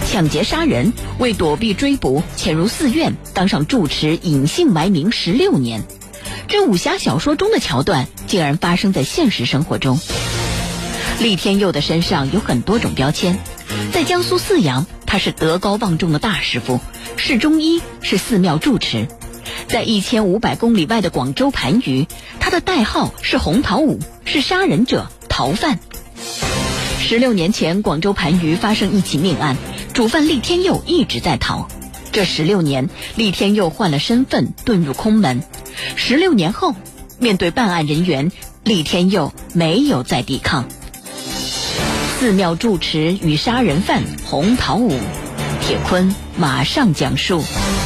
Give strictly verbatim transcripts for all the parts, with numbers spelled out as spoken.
抢劫杀人，为躲避追捕，潜入寺院，当上住持，隐姓埋名十六年。这武侠小说中的桥段，竟然发生在现实生活中。厉天佑的身上有很多种标签，在江苏泗阳，他是德高望重的大师傅，是中医，是寺庙住持。在一千五百公里外的广州番禺，他的代号是红桃五，是杀人者、逃犯。十六年前，广州番禺发生一起命案，主犯厉天佑一直在逃。这十六年，厉天佑换了身份，遁入空门。十六年后，面对办案人员，厉天佑没有再抵抗。寺庙住持与杀人犯红桃五，铁坤马上讲述。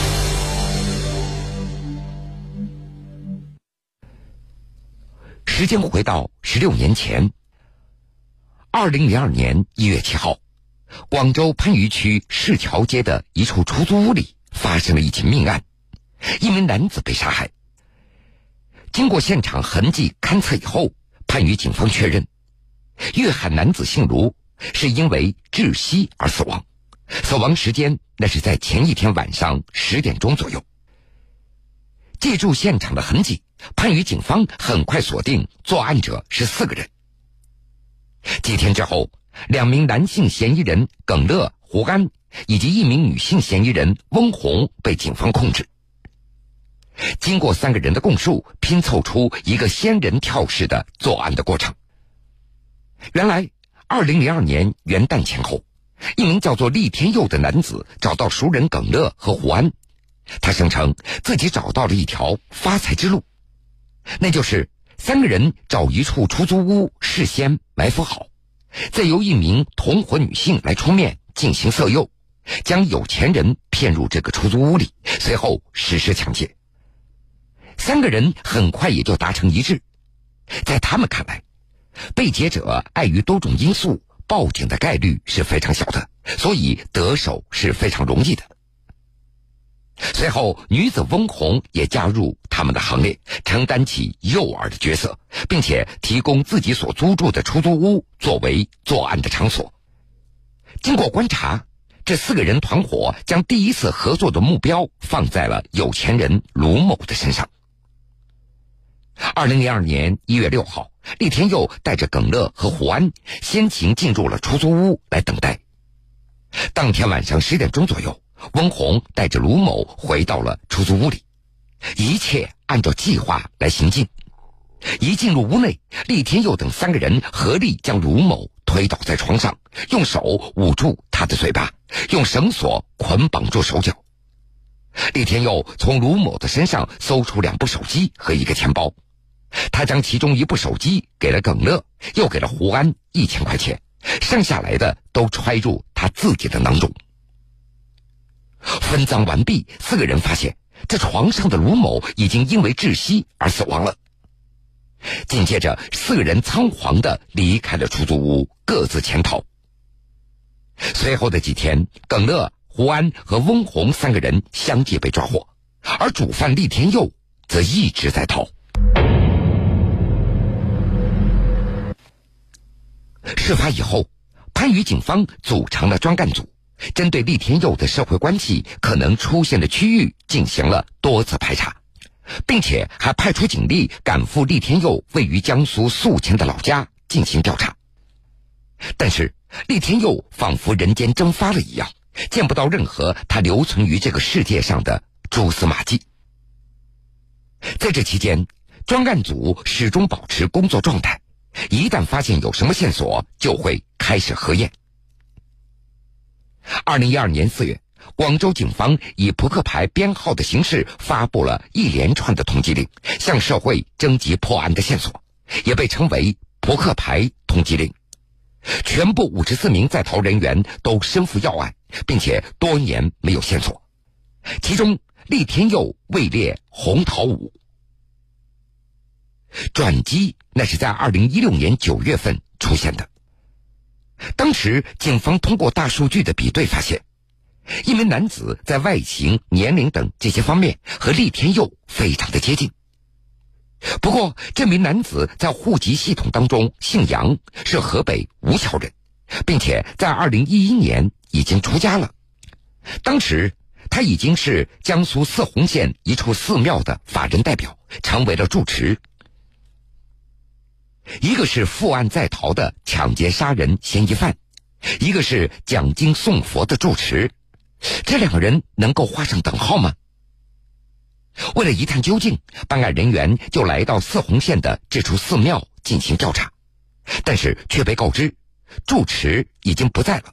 时间回到十六年前，二零零二年一月七号，广州番禺区市桥街的一处出租屋里发生了一起命案，一名男子被杀害。经过现场痕迹勘测以后，番禺警方确认，遇害男子姓卢，是因为窒息而死亡，死亡时间那是在前一天晚上十点钟左右。借助现场的痕迹，番禺警方很快锁定作案者是四个人。几天之后，两名男性嫌疑人耿乐、胡安以及一名女性嫌疑人翁红被警方控制。经过三个人的供述，拼凑出一个仙人跳式的作案的过程。原来二零零二年元旦前后，一名叫做厉天佑的男子找到熟人耿乐和胡安，他声称自己找到了一条发财之路，那就是三个人找一处出租屋事先埋伏好，再由一名同伙女性来出面进行色诱，将有钱人骗入这个出租屋里，随后实施抢劫。三个人很快也就达成一致，在他们看来，被劫者碍于多种因素，报警的概率是非常小的，所以得手是非常容易的。随后，女子翁红也加入他们的行列，承担起诱饵的角色，并且提供自己所租住的出租屋作为作案的场所。经过观察，这四个人团伙将第一次合作的目标放在了有钱人卢某的身上。二零零二年一月六号，厉天佑带着耿乐和胡安先行进入了出租屋来等待。当天晚上十点钟左右，翁红带着卢某回到了出租屋里，一切按照计划来行进。一进入屋内，厉天佑等三个人合力将卢某推倒在床上，用手捂住他的嘴巴，用绳索捆绑住手脚。厉天佑从卢某的身上搜出两部手机和一个钱包，他将其中一部手机给了耿乐，又给了胡安一千块钱，剩下来的都揣入他自己的囊中。分赃完毕，四个人发现这床上的卢某已经因为窒息而死亡了。紧接着，四个人仓皇地离开了出租屋，各自潜逃。随后的几天，耿乐、胡安和翁红三个人相继被抓获，而主犯厉天佑则一直在逃。事发以后，番禺警方组成了专干组，针对厉天佑的社会关系可能出现的区域进行了多次排查，并且还派出警力赶赴厉天佑位于江苏宿迁的老家进行调查。但是厉天佑仿佛人间蒸发了一样，见不到任何他留存于这个世界上的蛛丝马迹。在这期间，专案组始终保持工作状态，一旦发现有什么线索，就会开始核验。二零一二年四月，广州警方以扑克牌编号的形式发布了一连串的通缉令，向社会征集破案的线索，也被称为扑克牌通缉令。全部五十四名在逃人员都身负要案，并且多年没有线索，其中厉天佑位列红桃五。转机那是在二零一六年九月份出现的。当时警方通过大数据的比对发现，一名男子在外形、年龄等这些方面和厉天佑非常的接近。不过这名男子在户籍系统当中姓杨，是河北吴桥人， 并且在二零一一年已经出家了。当时他已经是江苏泗洪县一处寺庙的法人代表，成为了住持。一个是负案在逃的抢劫杀人嫌疑犯，一个是讲经诵佛的住持，这两个人能够画上等号吗？为了一探究竟，办案人员就来到泗洪县的这处寺庙进行调查，但是却被告知住持已经不在了。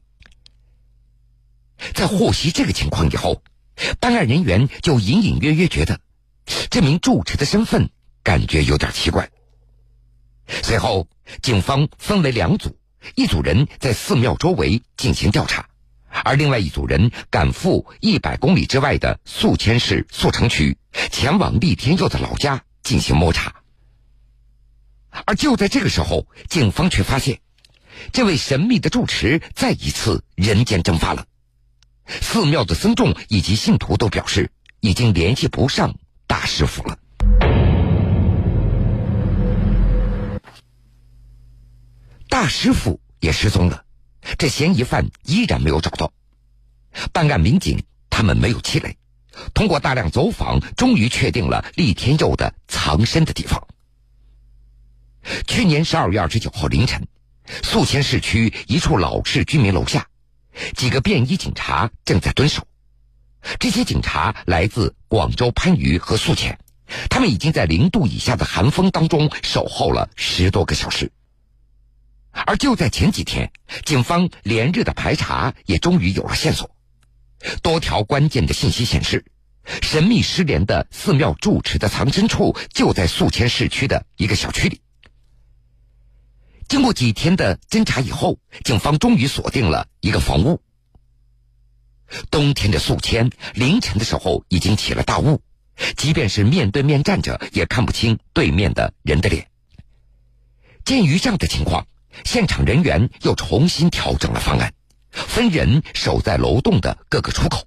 在获悉这个情况以后，办案人员就隐隐约约觉得这名住持的身份感觉有点奇怪。随后警方分为两组，一组人在寺庙周围进行调查，而另外一组人赶赴一百公里之外的宿迁市宿城区，前往厉天佑的老家进行摸查。而就在这个时候，警方却发现这位神秘的住持再一次人间蒸发了。寺庙的僧众以及信徒都表示已经联系不上大师傅了。大师傅也失踪了，这嫌疑犯依然没有找到。办案民警他们没有气馁，通过大量走访，终于确定了厉天佑的藏身的地方。去年十二月二十九号凌晨，宿迁市区一处老式居民楼下，几个便衣警察正在蹲守。这些警察来自广州番禺和宿迁，他们已经在零度以下的寒风当中守候了十多个小时。而就在前几天，警方连日的排查也终于有了线索。多条关键的信息显示，神秘失联的寺庙住持的藏身处就在宿迁市区的一个小区里。经过几天的侦查以后，警方终于锁定了一个房屋。冬天的宿迁，凌晨的时候已经起了大雾，即便是面对面站着也看不清对面的人的脸。鉴于这样的情况，现场人员又重新调整了方案，分人守在楼栋的各个出口。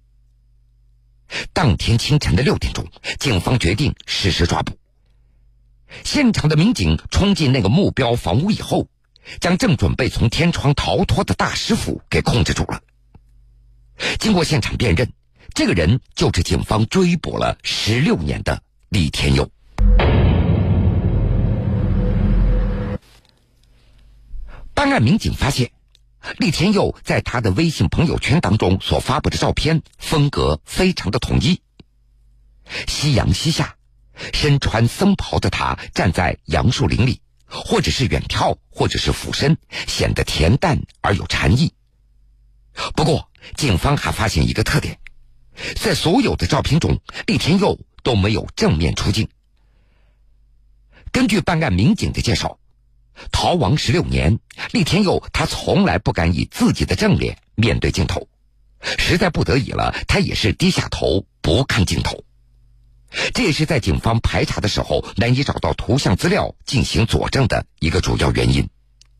当天清晨的六点钟，警方决定实施抓捕。现场的民警冲进那个目标房屋以后，将正准备从天窗逃脱的大师傅给控制住了。经过现场辨认，这个人就是警方追捕了十六年的厉天佑。办案民警发现，厉天佑在他的微信朋友圈当中所发布的照片风格非常的统一。夕阳西下，身穿僧袍的他站在杨树林里，或者是远眺，或者是俯身，显得恬淡而有禅意。不过警方还发现一个特点，在所有的照片中，厉天佑都没有正面出镜。根据办案民警的介绍，逃亡十六年，厉天佑他从来不敢以自己的正脸面对镜头，实在不得已了，他也是低下头不看镜头。这也是在警方排查的时候难以找到图像资料进行佐证的一个主要原因。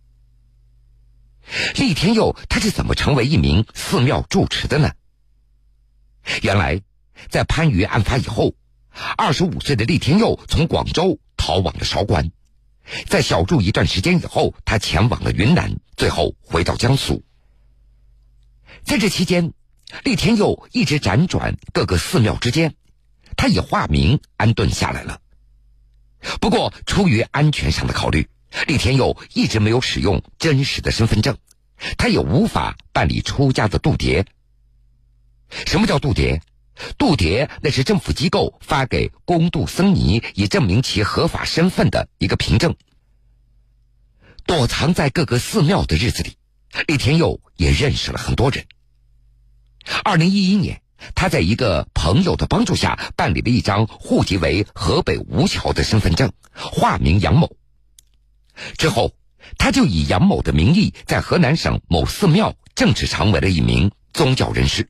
厉天佑他是怎么成为一名寺庙住持的呢？原来在番禺案发以后，二十五岁的厉天佑从广州逃往了韶关，在小住一段时间以后，他前往了云南，最后回到江苏。在这期间，厉天佑一直辗转各个寺庙之间，他以化名安顿下来了。不过出于安全上的考虑，厉天佑一直没有使用真实的身份证，他也无法办理出家的度牒。什么叫度牒？度牒那是政府机构发给公度僧尼以证明其合法身份的一个凭证。躲藏在各个寺庙的日子里，厉天佑也认识了很多人。二零一一年，他在一个朋友的帮助下办理了一张户籍为河北吴桥的身份证，化名杨某。之后他就以杨某的名义在河南省某寺庙正式成为了一名宗教人士。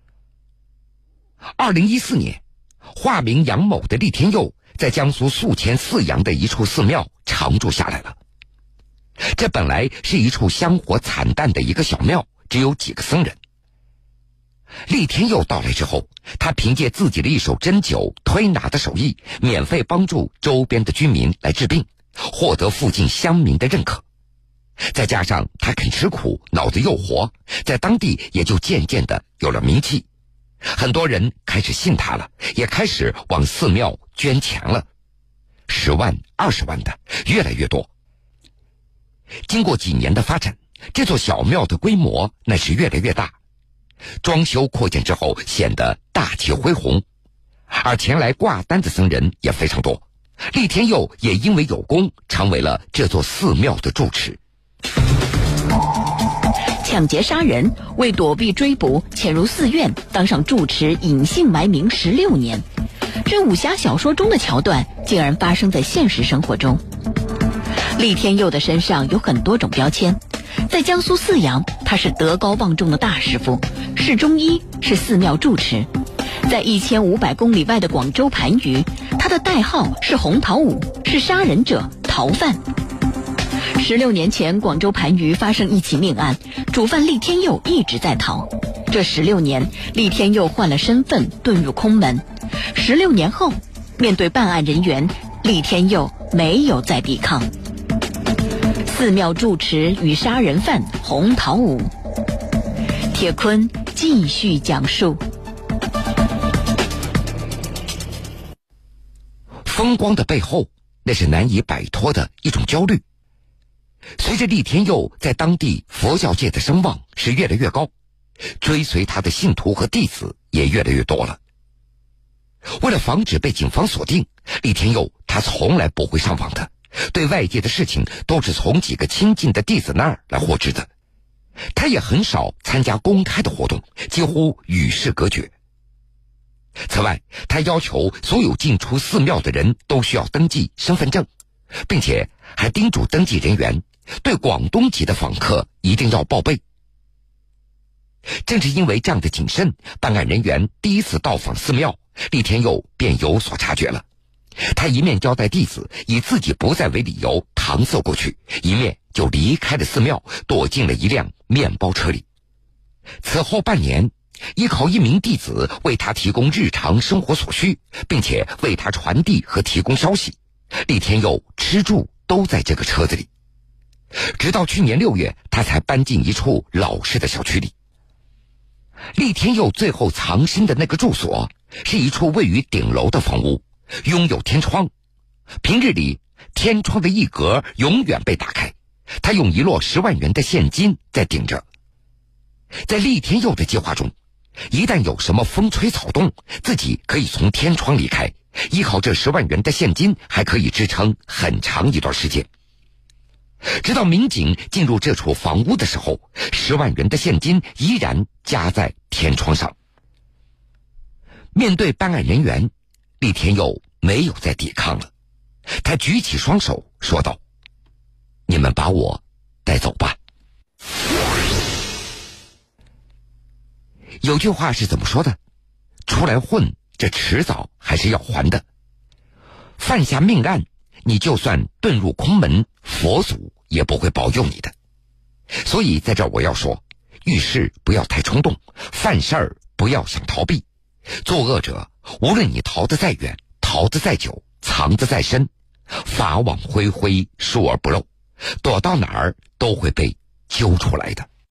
二零一四年，化名杨某的厉天佑在江苏宿迁泗阳的一处寺庙常住下来了。这本来是一处香火惨淡的一个小庙，只有几个僧人。厉天佑到来之后，他凭借自己的一手针灸推拿的手艺，免费帮助周边的居民来治病，获得附近乡民的认可。 再加上他肯吃苦，脑子又活，在当地也就渐渐的有了名气。很多人开始信他了，也开始往寺庙捐钱了，十万、二十万的越来越多。经过几年的发展，这座小庙的规模那是越来越大，装修扩建之后显得大气恢宏，而前来挂单的僧人也非常多。厉天佑也因为有功，成为了这座寺庙的住持。 抢劫杀人，为躲避追捕，潜入寺院，当上住持，隐姓埋名十六年。这武侠小说中的桥段，竟然发生在现实生活中。厉天佑的身上有很多种标签，在江苏泗阳，他是德高望重的大师傅，是中医，是寺庙住持。在一千五百公里外的广州番禺，他的代号是红桃五，是杀人者、逃犯。十六年前，广州番禺发生一起命案，主犯厉天佑一直在逃。这十六年，厉天佑换了身份，遁入空门。十六年后，面对办案人员，厉天佑没有再抵抗。寺庙住持与杀人犯红桃五，铁坤继续讲述。 风光的背后，那是难以摆脱的一种焦虑。随着厉天佑在当地佛教界的声望是越来越高，追随他的信徒和弟子也越来越多了。为了防止被警方锁定，厉天佑他从来不会上网的，对外界的事情都是从几个亲近的弟子那儿来获知的。他也很少参加公开的活动，几乎与世隔绝。此外，他要求所有进出寺庙的人都需要登记身份证，并且还叮嘱登记人员对广东籍的访客一定要报备。正是因为这样的谨慎，办案人员第一次到访寺庙，厉天佑便有所察觉了。他一面交代弟子以自己不在为理由搪塞过去，一面就离开了寺庙，躲进了一辆面包车里。此后半年，依靠一名弟子为他提供日常生活所需，并且为他传递和提供消息，厉天佑吃住都在这个车子里。直到去年六月，他才搬进一处老式的小区里。厉天佑最后藏身的那个住所是一处位于顶楼的房屋，拥有天窗。平日里，天窗的一格永远被打开，他用一摞十万元的现金在顶着。在厉天佑的计划中，一旦有什么风吹草动，自己可以从天窗离开，依靠这十万元的现金还可以支撑很长一段时间。直到民警进入这处房屋的时候，十万元的现金依然夹在天窗上。面对办案人员，厉天佑没有再抵抗了，他举起双手说道：“你们把我带走吧。”有句话是怎么说的？出来混，这迟早还是要还的。犯下命案，你就算遁入空门，佛祖也不会保佑你的。所以在这儿我要说，遇事不要太冲动，犯事儿不要想逃避。作恶者，无论你逃得再远，逃得再久，藏得再深，法网恢恢，疏而不漏，躲到哪儿都会被揪出来的。